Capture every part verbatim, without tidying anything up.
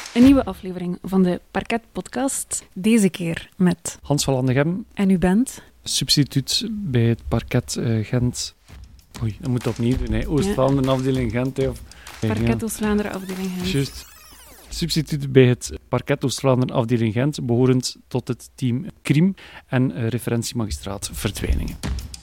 Een nieuwe aflevering van de Parket-podcast. Deze keer met Hans van Landegem. En u bent? Substituut bij het Parket uh, Gent. Oei, dat moet opnieuw doen. Hè. Oost-Vlaanderen, ja. Afdeling Gent. Hè, of... Parket Oost-Vlaanderen, afdeling Gent. Juist. Substituut bij het Parket Oost-Vlaanderen, afdeling Gent, behorend tot het team Crime en uh, referentiemagistraat verdwijningen.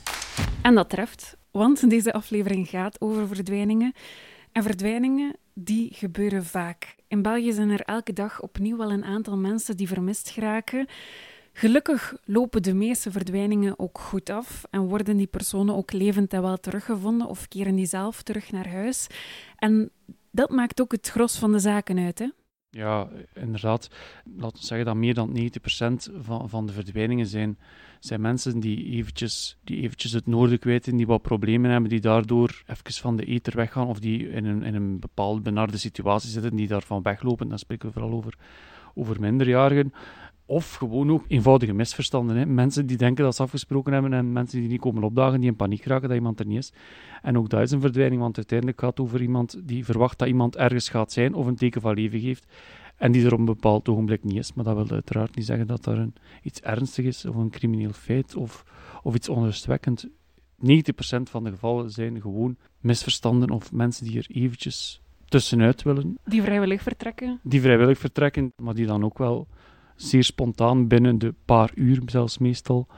En dat treft, want deze aflevering gaat over verdwijningen. En verdwijningen, die gebeuren vaak. In België zijn er elke dag opnieuw wel een aantal mensen die vermist geraken. Gelukkig lopen de meeste verdwijningen ook goed af en worden die personen ook levend en wel teruggevonden of keren die zelf terug naar huis. En dat maakt ook het gros van de zaken uit, hè? Ja, inderdaad. Laten we zeggen dat meer dan negentig procent van, van de verdwijningen zijn, zijn mensen die eventjes, die eventjes het noorden kwijten, die wat problemen hebben, die daardoor even van de eter weggaan of die in een, in een bepaalde benarde situatie zitten, die daarvan weglopen. Dan spreken we vooral over, over minderjarigen. Of gewoon ook eenvoudige misverstanden. Hè. Mensen die denken dat ze afgesproken hebben en mensen die niet komen opdagen, die in paniek raken dat iemand er niet is. En ook dat is een verdwijning, want uiteindelijk gaat het over iemand die verwacht dat iemand ergens gaat zijn of een teken van leven geeft en die er op een bepaald ogenblik niet is. Maar dat wil uiteraard niet zeggen dat er een, iets ernstig is of een crimineel feit of, of iets onrustwekkend. negentig procent van de gevallen zijn gewoon misverstanden of mensen die er eventjes tussenuit willen. Die vrijwillig vertrekken. Die vrijwillig vertrekken, maar die dan ook wel zeer spontaan binnen de paar uur zelfs meestal,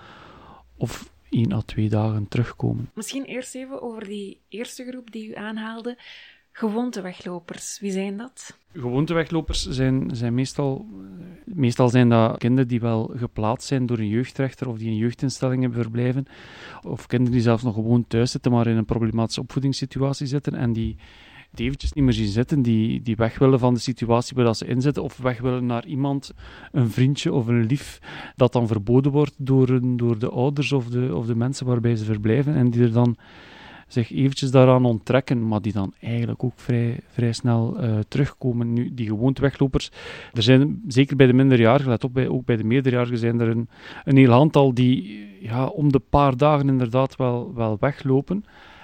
of één à twee dagen terugkomen. Misschien eerst even over die eerste groep die u aanhaalde. Gewoonteweglopers, wie zijn dat? Gewoonteweglopers zijn, zijn meestal, meestal zijn dat kinderen die wel geplaatst zijn door een jeugdrechter of die in jeugdinstellingen verblijven, of kinderen die zelfs nog gewoon thuis zitten, maar in een problematische opvoedingssituatie zitten en die die eventjes niet meer zien zitten, die, die weg willen van de situatie waar ze in zitten, of weg willen naar iemand, een vriendje of een lief, dat dan verboden wordt door, door de ouders of de, of de mensen waarbij ze verblijven, en die er dan zich eventjes daaraan onttrekken, maar die dan eigenlijk ook vrij, vrij snel uh, terugkomen. Nu, die gewoonteweglopers, er zijn, zeker bij de minderjarigen, let op, bij, ook bij de meerderjarigen zijn er een, een heel aantal die ja, om de paar dagen inderdaad wel, wel weglopen.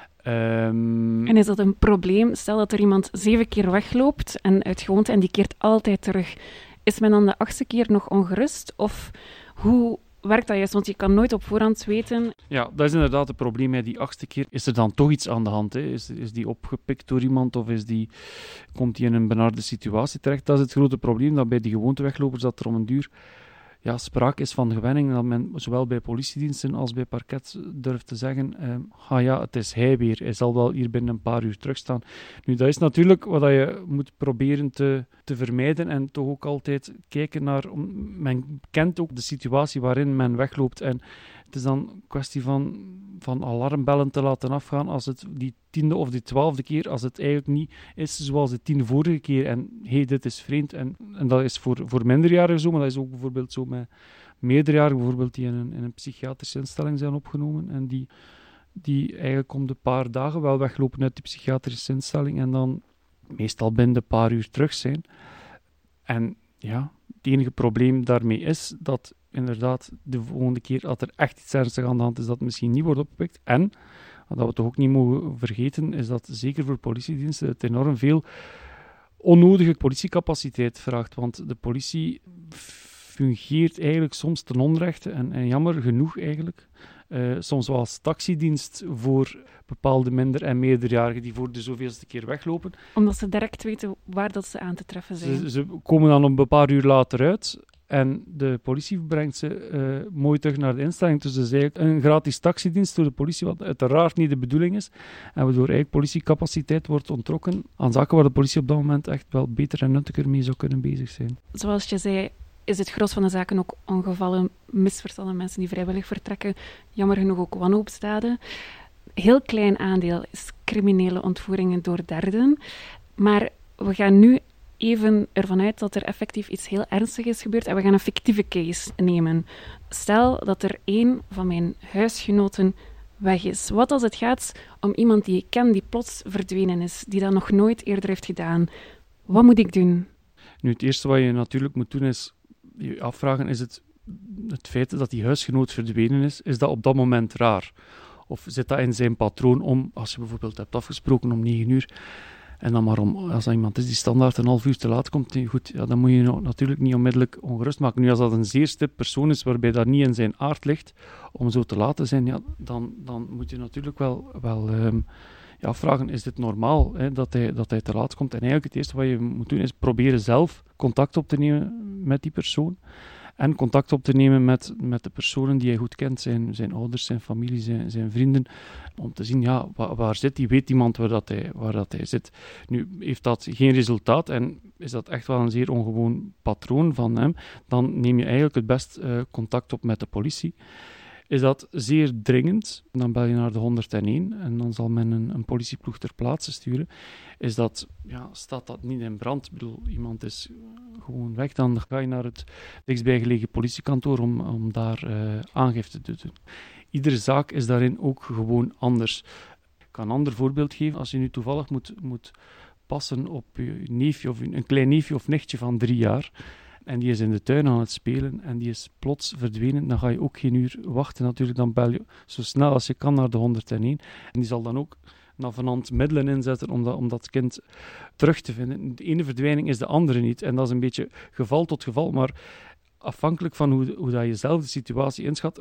Um... En is dat een probleem? Stel dat er iemand zeven keer wegloopt en uit gewoonte en die keert altijd terug. Is men dan de achtste keer nog ongerust? Of hoe werkt dat juist? Want je kan nooit op voorhand weten. Ja, dat is inderdaad het probleem. Hè. Die achtste keer is er dan toch iets aan de hand. Hè. Is, is die opgepikt door iemand of is die, komt die in een benarde situatie terecht? Dat is het grote probleem, dat bij die gewoonteweglopers dat er om een duur ja, sprake is van gewenning, dat men zowel bij politiediensten als bij parket durft te zeggen, uh, ah ja, het is hij weer, hij zal wel hier binnen een paar uur terugstaan. Nu, dat is natuurlijk wat je moet proberen te, te vermijden en toch ook altijd kijken naar, men kent ook de situatie waarin men wegloopt en het is dan een kwestie van, van alarmbellen te laten afgaan als het die tiende of die twaalfde keer, als het eigenlijk niet is zoals de tien vorige keer en hé, hey, dit is vreemd. En, en dat is voor, voor minderjarigen zo, maar dat is ook bijvoorbeeld zo met meerderjarigen, bijvoorbeeld die in een, in een psychiatrische instelling zijn opgenomen en die, die eigenlijk om de paar dagen wel weglopen uit die psychiatrische instelling en dan meestal binnen een paar uur terug zijn. En ja, het enige probleem daarmee is dat inderdaad de volgende keer dat er echt iets ernstigs aan de hand is, dat het misschien niet wordt opgepikt. En, wat we toch ook niet mogen vergeten, is dat zeker voor politiediensten het enorm veel onnodige politiecapaciteit vraagt. Want de politie fungeert eigenlijk soms ten onrechte en, en jammer genoeg eigenlijk, uh, soms wel als taxidienst voor bepaalde minder- en meerderjarigen die voor de zoveelste keer weglopen. Omdat ze direct weten waar dat ze aan te treffen zijn. Ze, ze komen dan een paar uur later uit en de politie brengt ze uh, mooi terug naar de instelling. Dus het is eigenlijk een gratis taxidienst door de politie, wat uiteraard niet de bedoeling is. En waardoor eigenlijk politiecapaciteit wordt onttrokken aan zaken waar de politie op dat moment echt wel beter en nuttiger mee zou kunnen bezig zijn. Zoals je zei, is het gros van de zaken ook ongevallen, misverstanden, mensen die vrijwillig vertrekken, jammer genoeg ook wanhoopsdaden. Heel klein aandeel is criminele ontvoeringen door derden. Maar we gaan nu even ervan uit dat er effectief iets heel ernstigs is gebeurd en we gaan een fictieve case nemen. Stel dat er één van mijn huisgenoten weg is. Wat als het gaat om iemand die ik ken, die plots verdwenen is, die dat nog nooit eerder heeft gedaan? Wat moet ik doen? Nu, het eerste wat je natuurlijk moet doen is je afvragen, is het het feit dat die huisgenoot verdwenen is, is dat op dat moment raar? Of zit dat in zijn patroon om, als je bijvoorbeeld hebt afgesproken om negen uur, En dan maar om, als dat iemand is die standaard een half uur te laat komt, goed, ja, dan moet je nou natuurlijk niet onmiddellijk ongerust maken. Nu, als dat een zeer stip persoon is waarbij dat niet in zijn aard ligt om zo te laat te zijn, ja, dan, dan moet je natuurlijk wel, wel um, ja, vragen, is dit normaal, hè, dat, hij, dat hij te laat komt? En eigenlijk het eerste wat je moet doen is proberen zelf contact op te nemen met die persoon. En contact op te nemen met, met de personen die hij goed kent, zijn, zijn ouders, zijn familie, zijn, zijn vrienden, om te zien, ja, waar, waar zit hij? Weet iemand waar, dat hij, waar dat hij zit? Nu, heeft dat geen resultaat en is dat echt wel een zeer ongewoon patroon van hem, dan neem je eigenlijk het best uh, contact op met de politie. Is dat zeer dringend, dan bel je naar de honderdéén en dan zal men een, een politieploeg ter plaatse sturen. Is dat, ja, staat dat niet in brand? Ik bedoel, iemand is gewoon weg, dan ga je naar het dichtstbijgelegen politiekantoor om, om daar uh, aangifte te doen. Iedere zaak is daarin ook gewoon anders. Ik kan een ander voorbeeld geven. Als je nu toevallig moet, moet passen op je neefje of een klein neefje of nichtje van drie jaar, en die is in de tuin aan het spelen en die is plots verdwenen, dan ga je ook geen uur wachten natuurlijk. Dan bel je zo snel als je kan naar de honderdéén. En die zal dan ook navenant middelen inzetten om dat, om dat kind terug te vinden. De ene verdwijning is de andere niet. En dat is een beetje geval tot geval. Maar afhankelijk van hoe, hoe dat je zelf de situatie inschat,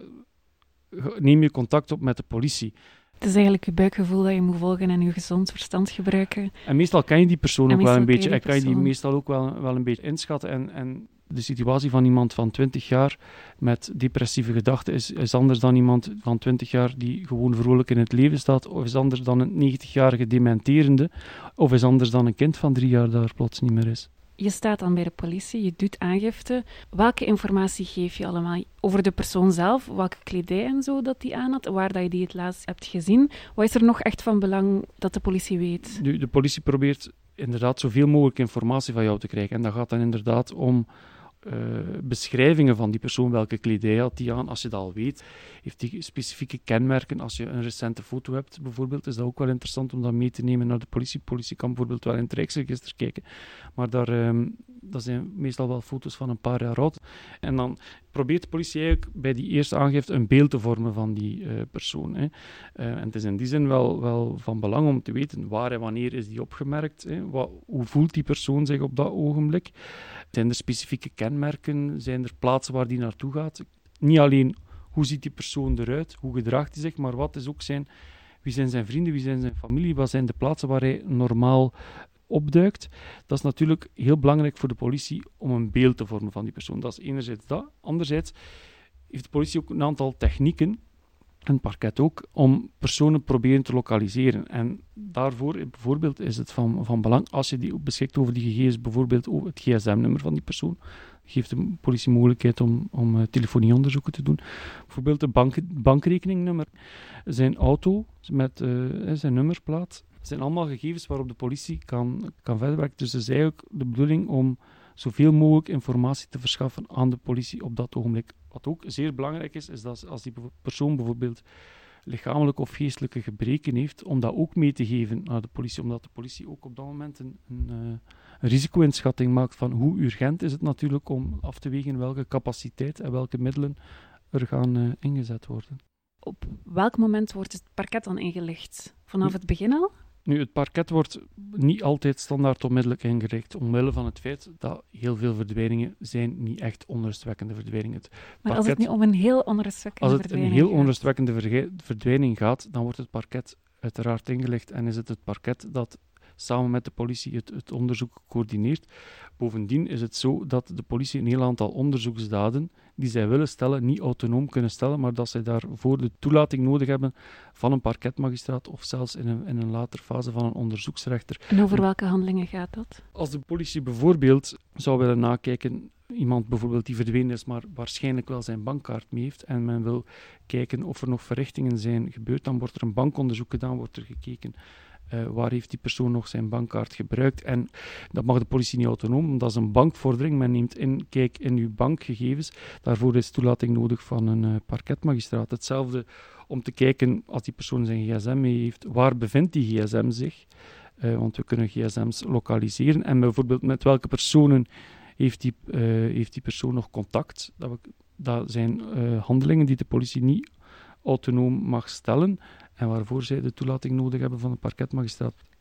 neem je contact op met de politie. Het is eigenlijk je buikgevoel dat je moet volgen en je gezond verstand gebruiken. En meestal kan je die persoon en ook wel een beetje, en kan je die persoon. meestal ook wel, wel een beetje inschatten. En, en de situatie van iemand van twintig jaar met depressieve gedachten is, is anders dan iemand van twintig jaar die gewoon vrolijk in het leven staat, of is anders dan een negentigjarige dementerende, of is anders dan een kind van drie jaar dat er plots niet meer is. Je staat dan bij de politie, je doet aangifte. Welke informatie geef je allemaal over de persoon zelf? Welke kledij en zo dat die aan had? Waar dat je die het laatst hebt gezien? Wat is er nog echt van belang dat de politie weet? Nu, de politie probeert inderdaad zoveel mogelijk informatie van jou te krijgen. En dat gaat dan inderdaad om uh, beschrijvingen van die persoon. Welke kledij had die aan? Als je dat al weet, heeft die specifieke kenmerken. Als je een recente foto hebt bijvoorbeeld, is dat ook wel interessant om dat mee te nemen naar de politie. De politie kan bijvoorbeeld wel in het Rijksregister kijken. Maar daar, um, dat zijn meestal wel foto's van een paar jaar oud. En dan probeert de politie eigenlijk bij die eerste aangifte een beeld te vormen van die uh, persoon. Hè. Uh, en het is in die zin wel, wel van belang om te weten waar en wanneer is die opgemerkt. Hè. Wat, hoe voelt die persoon zich op dat ogenblik? Zijn er specifieke kenmerken? Zijn er plaatsen waar die naartoe gaat? Niet alleen hoe ziet die persoon eruit, hoe gedraagt hij zich, maar wat is ook zijn, wie zijn zijn vrienden, wie zijn zijn familie, wat zijn de plaatsen waar hij normaal opduikt. Dat is natuurlijk heel belangrijk voor de politie om een beeld te vormen van die persoon. Dat is enerzijds dat. Anderzijds heeft de politie ook een aantal technieken, en het parket ook, om personen proberen te lokaliseren. En daarvoor bijvoorbeeld is het van, van belang, als je die beschikt over die gegevens, bijvoorbeeld over het gsm-nummer van die persoon, geeft de politie mogelijkheid om, om uh, telefonieonderzoeken te doen. Bijvoorbeeld een bank, bankrekeningnummer, zijn auto met uh, zijn nummerplaat. Dat zijn allemaal gegevens waarop de politie kan, kan verder werken. Dus het is eigenlijk de bedoeling om zoveel mogelijk informatie te verschaffen aan de politie op dat ogenblik. Wat ook zeer belangrijk is, is dat als die persoon bijvoorbeeld lichamelijke of geestelijke gebreken heeft, om dat ook mee te geven naar de politie, omdat de politie ook op dat moment een, een, een risico-inschatting maakt van hoe urgent is het natuurlijk om af te wegen welke capaciteit en welke middelen er gaan uh, ingezet worden. Op welk moment wordt het parket dan ingelicht? Vanaf het begin al? Nu, het parket wordt niet altijd standaard onmiddellijk ingericht, omwille van het feit dat heel veel verdwijningen zijn niet echt onrustwekkende verdwijningen. Het maar parket, als het nu om een heel onrustwekkende als het verdwijning een heel gaat. onrustwekkende verge- verdwijning gaat, dan wordt het parket uiteraard ingelicht en is het het parket dat samen met de politie het, het onderzoek coördineert. Bovendien is het zo dat de politie een heel aantal onderzoeksdaden die zij willen stellen, niet autonoom kunnen stellen, maar dat zij daarvoor de toelating nodig hebben van een parketmagistraat of zelfs in een, in een later fase van een onderzoeksrechter. En over welke handelingen gaat dat? Als de politie bijvoorbeeld zou willen nakijken, iemand bijvoorbeeld die verdwenen is, maar waarschijnlijk wel zijn bankkaart mee heeft, en men wil kijken of er nog verrichtingen zijn gebeurd, dan wordt er een bankonderzoek gedaan, wordt er gekeken Uh, waar heeft die persoon nog zijn bankkaart gebruikt. En dat mag de politie niet autonoom, want dat is een bankvordering. Men neemt in, kijk in uw bankgegevens. Daarvoor is toelating nodig van een uh, parketmagistraat. Hetzelfde om te kijken, als die persoon zijn gsm mee heeft, waar bevindt die gsm zich? Uh, want we kunnen gsm's lokaliseren. En bijvoorbeeld met welke personen heeft die, uh, heeft die persoon nog contact? Dat, we, dat zijn uh, handelingen die de politie niet autonoom mag stellen en waarvoor zij de toelating nodig hebben van de parketmagistraat.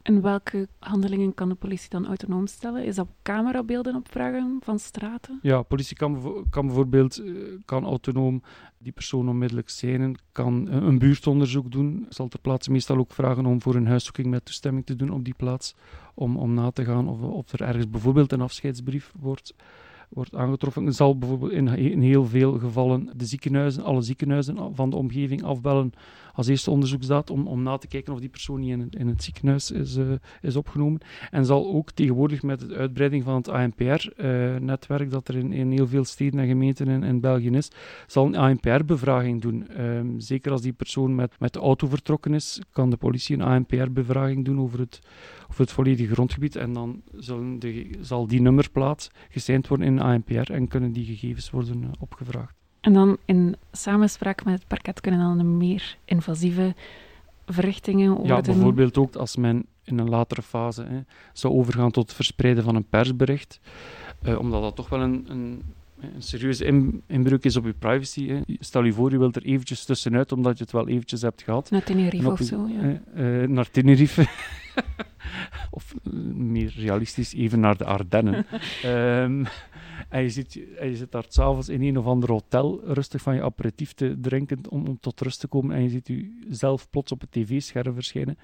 En welke handelingen kan de politie dan autonoom stellen? Is dat camerabeelden opvragen van straten? Ja, de politie kan, bevo- kan bijvoorbeeld uh, kan autonoom die persoon onmiddellijk seinen, kan uh, een buurtonderzoek doen, zal ter plaatse meestal ook vragen om voor een huiszoeking met toestemming te doen op die plaats, om, om na te gaan of, of er ergens bijvoorbeeld een afscheidsbrief wordt, wordt aangetroffen. Er zal bijvoorbeeld in, in heel veel gevallen de ziekenhuizen, alle ziekenhuizen van de omgeving afbellen als eerste onderzoeksdaad om, om na te kijken of die persoon niet in het, in het ziekenhuis is, uh, is opgenomen. En zal ook tegenwoordig met de uitbreiding van het A N P R-netwerk, uh, dat er in, in heel veel steden en gemeenten in, in België is, zal een A N P R-bevraging doen. Um, zeker als die persoon met, met de auto vertrokken is, kan de politie een A N P R-bevraging doen over het, over het volledige grondgebied. En dan zullen de, zal die nummerplaat geseind worden in een A N P R en kunnen die gegevens worden uh, opgevraagd. En dan in samenspraak met het parket kunnen dan de meer invasieve verrichtingen worden... Ja, bijvoorbeeld ook als men in een latere fase hè, zou overgaan tot het verspreiden van een persbericht, uh, omdat dat toch wel een, een, een serieuze in, inbreuk is op je privacy. Hè. Stel je voor, je wilt er eventjes tussenuit, omdat je het wel eventjes hebt gehad. Naar Tenerife of zo, ja. Uh, uh, naar Tenerife. Of uh, meer realistisch, even naar de Ardennen. um, En je, zit, en je zit daar 's avonds in een of ander hotel rustig van je aperitief te drinken om, om tot rust te komen en je ziet jezelf plots op het tv-scherm verschijnen.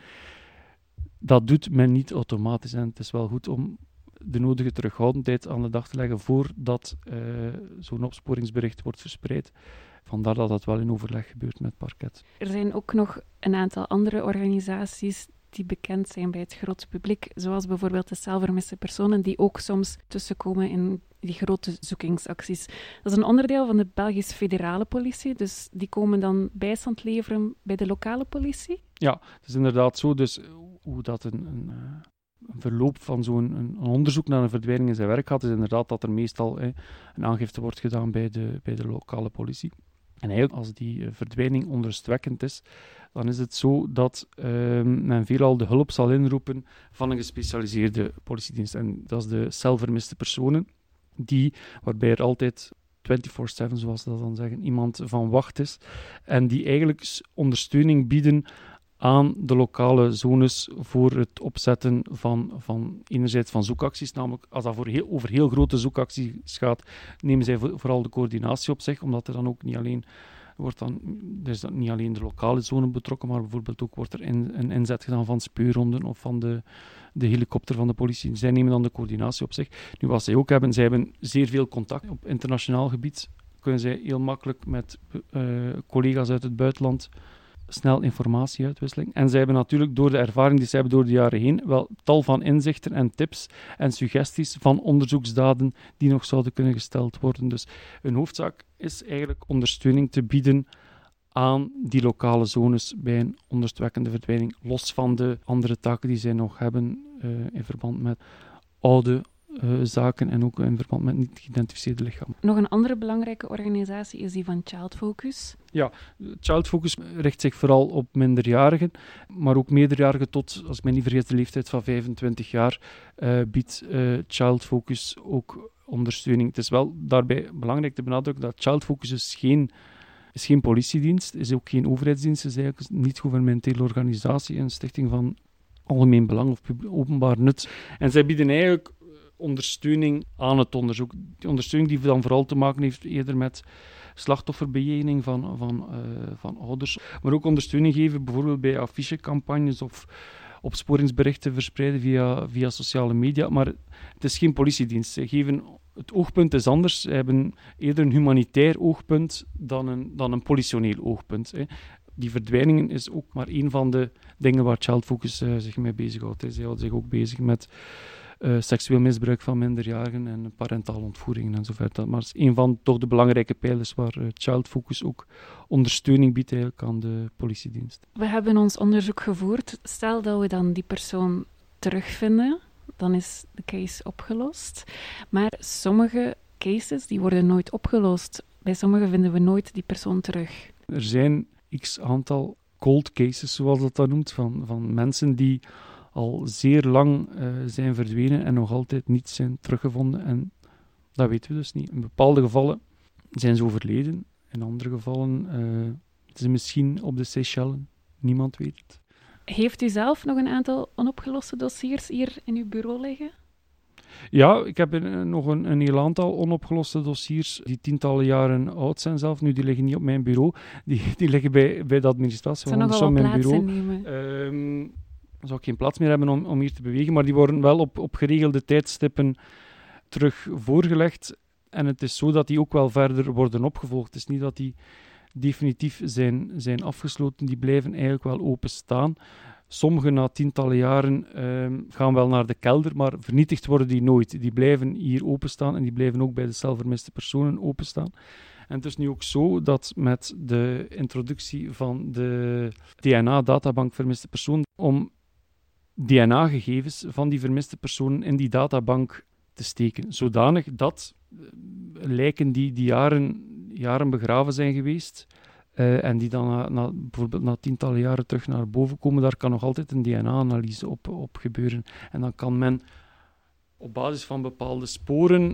Dat doet men niet automatisch en het is wel goed om de nodige terughoudendheid aan de dag te leggen voordat uh, zo'n opsporingsbericht wordt verspreid. Vandaar dat dat wel in overleg gebeurt met het parket. Er zijn ook nog een aantal andere organisaties die bekend zijn bij het grote publiek, zoals bijvoorbeeld de celvermiste personen, die ook soms tussenkomen in die grote zoekingsacties. Dat is een onderdeel van de Belgische federale politie, dus die komen dan bijstand leveren bij de lokale politie? Ja, het is inderdaad zo. Dus hoe dat een, een, een verloop van zo'n een, een onderzoek naar een verdwijning in zijn werk gaat, is inderdaad dat er meestal eh, een aangifte wordt gedaan bij de, bij de lokale politie. En eigenlijk, als die uh, verdwijning onrustwekkend is, dan is het zo dat uh, men veelal de hulp zal inroepen van een gespecialiseerde politiedienst. En dat is de celvermiste personen, die, waarbij er altijd vierentwintig zeven, zoals ze dat dan zeggen, iemand van wacht is. En die eigenlijk ondersteuning bieden aan de lokale zones voor het opzetten van, van enerzijds van zoekacties, namelijk als dat voor heel, over heel grote zoekacties gaat, nemen zij vooral de coördinatie op zich, omdat er dan ook niet alleen wordt dan, er is dan niet alleen de lokale zone betrokken, maar bijvoorbeeld ook wordt er in, een inzet gedaan van speurhonden of van de, de helikopter van de politie. Zij nemen dan de coördinatie op zich. Nu, wat zij ook hebben, zij hebben zeer veel contact op internationaal gebied. Kunnen zij heel makkelijk met uh, collega's uit het buitenland snel informatie-uitwisseling. En zij hebben natuurlijk door de ervaring die zij hebben door de jaren heen wel tal van inzichten en tips en suggesties van onderzoeksdaden die nog zouden kunnen gesteld worden. Dus hun hoofdzaak is eigenlijk ondersteuning te bieden aan die lokale zones bij een onrustwekkende verdwijning, los van de andere taken die zij nog hebben uh, in verband met oude Uh, zaken en ook in verband met niet geïdentificeerde lichamen. Nog een andere belangrijke organisatie is die van Child Focus. Ja, Child Focus richt zich vooral op minderjarigen, maar ook meerderjarigen tot, als ik me niet vergeet, de leeftijd van vijfentwintig jaar uh, biedt uh, Child Focus ook ondersteuning. Het is wel daarbij belangrijk te benadrukken dat Child Focus is geen, is geen politiedienst, is ook geen overheidsdienst, is eigenlijk een niet-gouvernementele organisatie, een stichting van algemeen belang of openbaar nut. En zij bieden eigenlijk ondersteuning aan het onderzoek. Die ondersteuning die dan vooral te maken heeft eerder met slachtofferbejegening van, van, uh, van ouders, maar ook ondersteuning geven bijvoorbeeld bij affichecampagnes of opsporingsberichten verspreiden via, via sociale media, maar het is geen politiedienst. Ze geven, het oogpunt is anders. Ze hebben eerder een humanitair oogpunt dan een, dan een politioneel oogpunt. Hè. Die verdwijningen is ook maar een van de dingen waar Child Focus uh, zich mee bezighoudt. Ze houden zich ook bezig met Uh, seksueel misbruik van minderjarigen en parentale ontvoeringen enzovoort. Maar het is een van toch de belangrijke pijlers waar uh, Child Focus ook ondersteuning biedt eigenlijk aan de politiedienst. We hebben ons onderzoek gevoerd. Stel dat we dan die persoon terugvinden, dan is de case opgelost. Maar sommige cases die worden nooit opgelost. Bij sommige vinden we nooit die persoon terug. Er zijn x aantal cold cases, zoals dat dan noemt, van, van mensen die al zeer lang uh, zijn verdwenen en nog altijd niet zijn teruggevonden. En dat weten we dus niet. In bepaalde gevallen zijn ze overleden. In andere gevallen uh, zijn ze misschien op de Seychellen. Niemand weet het. Heeft u zelf nog een aantal onopgeloste dossiers hier in uw bureau liggen? Ja, ik heb een, nog een, een heel aantal onopgeloste dossiers die tientallen jaren oud zijn zelf. Nu, die liggen niet op mijn bureau. Die, die liggen bij, bij de administratie van van nogal mijn plaats bureau. innemen. Um, dan zou ik geen plaats meer hebben om, om hier te bewegen, maar die worden wel op, op geregelde tijdstippen terug voorgelegd. En het is zo dat die ook wel verder worden opgevolgd. Het is niet dat die definitief zijn, zijn afgesloten. Die blijven eigenlijk wel openstaan. Sommige na tientallen jaren um, gaan wel naar de kelder, maar vernietigd worden die nooit. Die blijven hier openstaan en die blijven ook bij de cel vermiste personen openstaan. En het is nu ook zo dat met de introductie van de D N A-databank vermiste personen, om D N A-gegevens van die vermiste personen in die databank te steken, zodanig dat uh, lijken die, die jaren, jaren begraven zijn geweest, Uh, en die dan na, na, bijvoorbeeld na tientallen jaren terug naar boven komen, daar kan nog altijd een D N A-analyse op, op gebeuren. En dan kan men op basis van bepaalde sporen...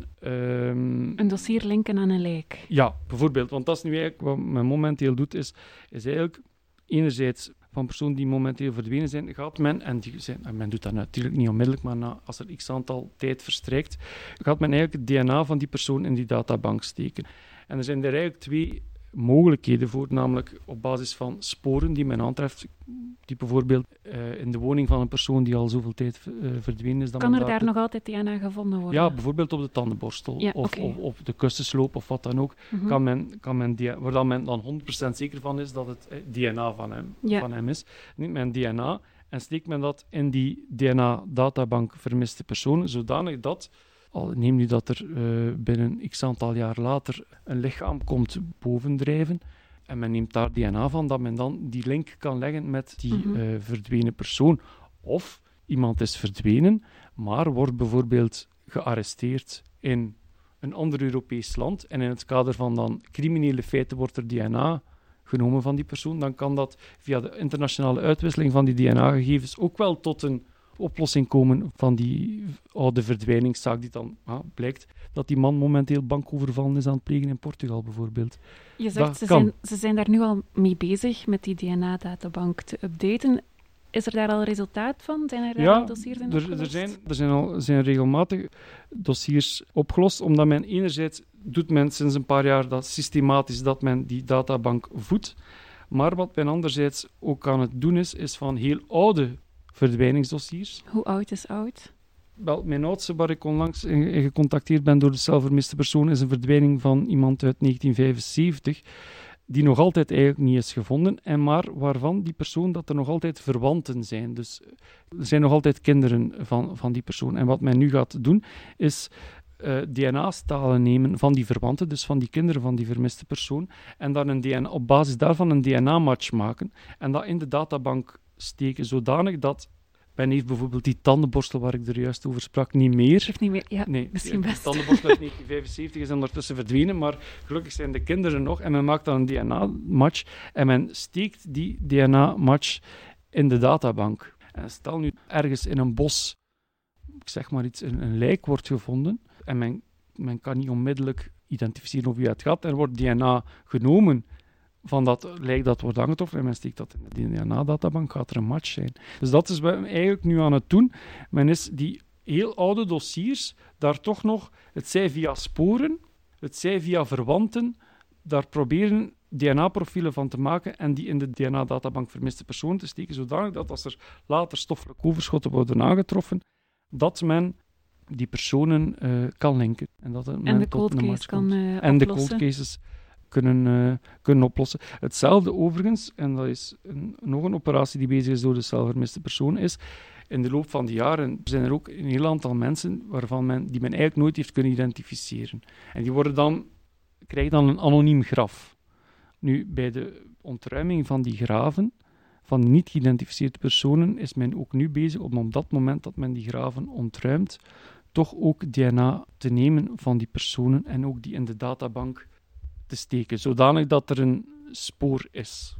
Um, een dossier linken aan een lijk. Ja, bijvoorbeeld. Want dat is nu eigenlijk wat men momenteel doet, is, is eigenlijk enerzijds van personen die momenteel verdwenen zijn, gaat men, en, die zijn, en men doet dat natuurlijk niet onmiddellijk, maar na, als er x aantal tijd verstrijkt, gaat men eigenlijk het D N A van die persoon in die databank steken. En er zijn er eigenlijk twee mogelijkheden voor, namelijk op basis van sporen die men aantreft, die bijvoorbeeld uh, in de woning van een persoon die al zoveel tijd uh, verdwenen is. Dat kan men er daar de... nog altijd D N A gevonden worden? Ja, bijvoorbeeld op de tandenborstel ja, of, okay. of op de kussensloop of wat dan ook, mm-hmm. kan men, kan men die, waar dan men dan honderd procent zeker van is dat het eh, D N A van hem, ja. van hem is. Neemt men D N A en steekt men dat in die D N A-databank vermiste personen, zodanig dat, al neem nu dat er uh, binnen x aantal jaar later een lichaam komt bovendrijven, en men neemt daar D N A van, dat men dan die link kan leggen met die mm-hmm. uh, verdwenen persoon. Of iemand is verdwenen, maar wordt bijvoorbeeld gearresteerd in een ander Europees land en in het kader van dan criminele feiten wordt er D N A genomen van die persoon, dan kan dat via de internationale uitwisseling van die D N A-gegevens ook wel tot een oplossing komen van die oude verdwijningszaak die dan ah, blijkt dat die man momenteel bankovervallen is aan het plegen in Portugal bijvoorbeeld. Je zegt, ze zijn, ze zijn daar nu al mee bezig met die D N A-databank te updaten. Is er daar al resultaat van? Zijn er daar ja, al dossiers in er, opgelost? er zijn, er zijn al zijn regelmatig dossiers opgelost, omdat men enerzijds doet men sinds een paar jaar dat systematisch dat men die databank voedt, maar wat men anderzijds ook aan het doen is, is van heel oude verdwijningsdossiers. Hoe oud is oud? Wel, mijn oudste waar ik onlangs in, in gecontacteerd ben door de zelfvermiste persoon is een verdwijning van iemand uit negentien vijfenzeventig, die nog altijd eigenlijk niet is gevonden, en maar waarvan die persoon dat er nog altijd verwanten zijn. Dus er zijn nog altijd kinderen van, van die persoon. En wat men nu gaat doen, is uh, D N A-stalen nemen van die verwanten, dus van die kinderen van die vermiste persoon, en dan een D N A, op basis daarvan een D N A-match maken, en dat in de databank steken, zodanig dat men heeft bijvoorbeeld die tandenborstel waar ik er juist over sprak niet meer. Heeft niet meer, ja, nee, misschien best. De tandenborstel uit negentien vijfenzeventig is ondertussen verdwenen, maar gelukkig zijn de kinderen nog en men maakt dan een D N A-match en men steekt die D N A-match in de databank. En stel nu ergens in een bos, ik zeg maar iets, een, een lijk wordt gevonden en men, men kan niet onmiddellijk identificeren of wie het gaat, er wordt D N A genomen van dat lijk dat wordt aangetroffen en men steekt dat in de D N A-databank, gaat er een match zijn. Dus dat is wat men eigenlijk nu aan het doen. Men is die heel oude dossiers daar toch nog, het zij via sporen, het zij via verwanten, daar proberen D N A-profielen van te maken en die in de D N A-databank vermiste persoon te steken, zodanig dat als er later stoffelijke overschotten worden aangetroffen, dat men die personen uh, kan linken. En, dat men en de cold case kan uh, En de cold cases Kunnen, uh, kunnen oplossen. Hetzelfde overigens, en dat is een, nog een operatie die bezig is door de zelfvermiste persoon, is in de loop van de jaren zijn er ook een heel aantal mensen waarvan men, die men eigenlijk nooit heeft kunnen identificeren. En die worden dan, krijgen dan een anoniem graf. Nu, bij de ontruiming van die graven, van niet geïdentificeerde personen, is men ook nu bezig om op dat moment dat men die graven ontruimt, toch ook D N A te nemen van die personen en ook die in de databank te steken, zodanig dat er een spoor is.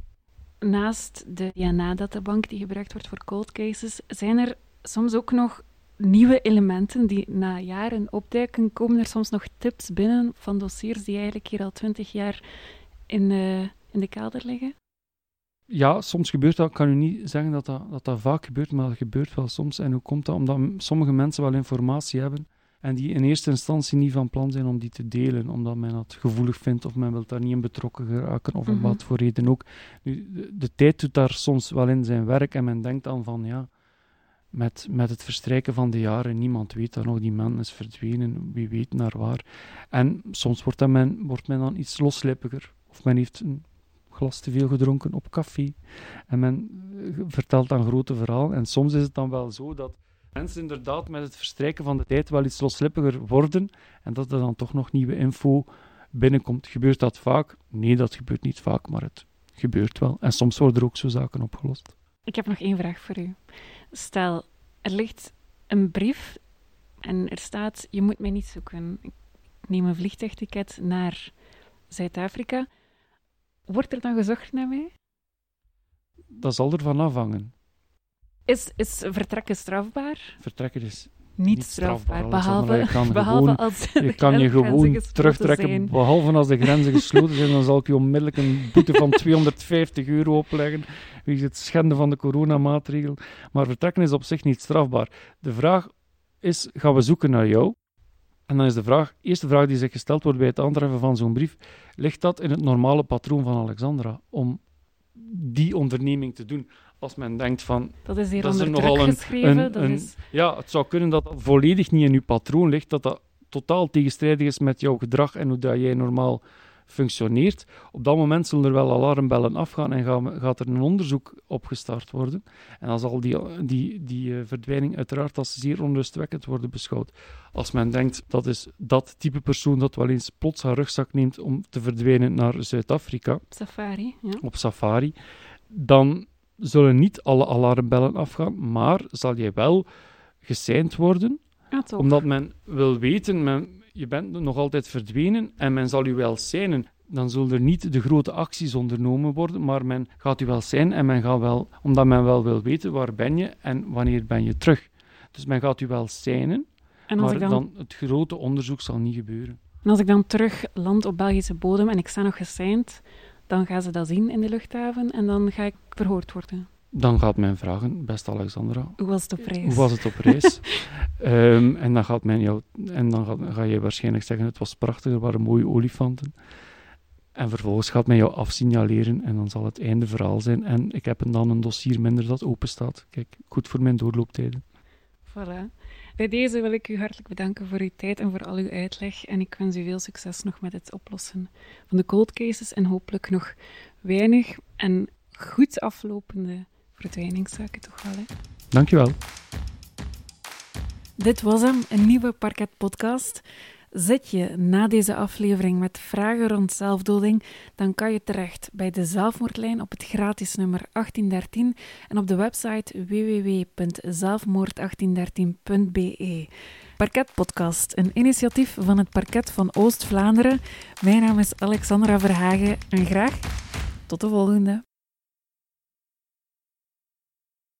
Naast de D N A-databank die gebruikt wordt voor cold cases, zijn er soms ook nog nieuwe elementen die na jaren opduiken. Komen er soms nog tips binnen van dossiers die eigenlijk hier al twintig jaar in, uh, in de kelder liggen? ja, soms gebeurt dat. Ik kan u niet zeggen dat dat, dat dat vaak gebeurt, maar dat gebeurt wel soms. En hoe komt dat? Omdat sommige mensen wel informatie hebben en die in eerste instantie niet van plan zijn om die te delen, omdat men dat gevoelig vindt of men wil daar niet in betrokken geraken of om Mm-hmm. wat voor reden ook. Nu, de, de tijd doet daar soms wel in zijn werk en men denkt dan van, ja, met, met het verstrijken van de jaren, niemand weet dat nog, die man is verdwenen, wie weet naar waar. En soms wordt, dat men, wordt men dan iets loslippiger, of men heeft een glas te veel gedronken op café en men uh, vertelt dan grote verhalen. En soms is het dan wel zo dat mensen inderdaad met het verstrijken van de tijd wel iets loslippiger worden en dat er dan toch nog nieuwe info binnenkomt. Gebeurt dat vaak? Nee, dat gebeurt niet vaak, maar het gebeurt wel. En soms worden er ook zo zaken opgelost. Ik heb nog één vraag voor u. Stel, er ligt een brief en er staat, je moet mij niet zoeken. Ik neem een vliegtuigticket naar Zuid-Afrika. Wordt er dan gezocht naar mij? Dat zal ervan afhangen. Is, is vertrekken strafbaar? Vertrekken is Niet, niet strafbaar, strafbaar, Alexandra. behalve, Je kan behalve gewoon- als je de kan je grenzen gewoon gesloten terugtrekken, zijn. behalve als de grenzen gesloten zijn, dan zal ik je onmiddellijk een boete van tweehonderdvijftig euro opleggen, wegens het schenden van de coronamaatregel. Maar vertrekken is op zich niet strafbaar. De vraag is, gaan we zoeken naar jou? En dan is de vraag, eerste vraag die zich gesteld wordt bij het aantreffen van zo'n brief, ligt dat in het normale patroon van Alexandra, om die onderneming te doen? Als men denkt van, Dat is hier dat is er onder nogal druk een- geschreven. een- dat een- is... ja, het zou kunnen dat dat volledig niet in uw patroon ligt, dat dat totaal tegenstrijdig is met jouw gedrag en hoe dat jij normaal functioneert. Op dat moment zullen er wel alarmbellen afgaan en gaan- gaat er een onderzoek opgestart worden. En dan zal die, die, die uh, verdwijning uiteraard als zeer onrustwekkend worden beschouwd. Als men denkt, dat is dat type persoon dat wel eens plots haar rugzak neemt om te verdwijnen naar Zuid-Afrika, Safari, ja. op safari, dan zullen niet alle alarmbellen afgaan, maar zal jij wel geseind worden, Ja, toch. omdat men wil weten, men, je bent nog altijd verdwenen en men zal u wel seinen. Dan zullen er niet de grote acties ondernomen worden, maar men gaat u wel zijn en men gaat wel, omdat men wel wil weten waar ben je en wanneer ben je terug. Dus men gaat u wel seinen, En als, maar ik dan, dan het grote onderzoek zal niet gebeuren. en als ik dan terug land op Belgische bodem en ik sta nog geseind, dan gaan ze dat zien in de luchthaven en dan ga ik verhoord worden. Dan gaat men vragen, beste Alexandra, Hoe was het op reis? hoe was het op reis? um, en dan gaat men jou, en dan gaat, ga je waarschijnlijk zeggen, het was prachtig, er waren mooie olifanten. En vervolgens gaat men jou afsignaleren en dan zal het einde verhaal zijn. En ik heb dan een dossier minder dat open staat. Kijk, goed voor mijn doorlooptijden. Voilà. Bij deze wil ik u hartelijk bedanken voor uw tijd en voor al uw uitleg. En ik wens u veel succes nog met het oplossen van de cold cases en hopelijk nog weinig en goed aflopende verdwijningszaken toch wel, hè? Dankjewel. Dit was hem, een nieuwe Parket podcast. Zit je na deze aflevering met vragen rond zelfdoding, dan kan je terecht bij de zelfmoordlijn op het gratis nummer achttien dertien en op de website w w w punt zelfmoord achttien dertien punt b e. Parket Podcast, een initiatief van het Parket van Oost-Vlaanderen. Mijn naam is Alexandra Verhagen en graag tot de volgende.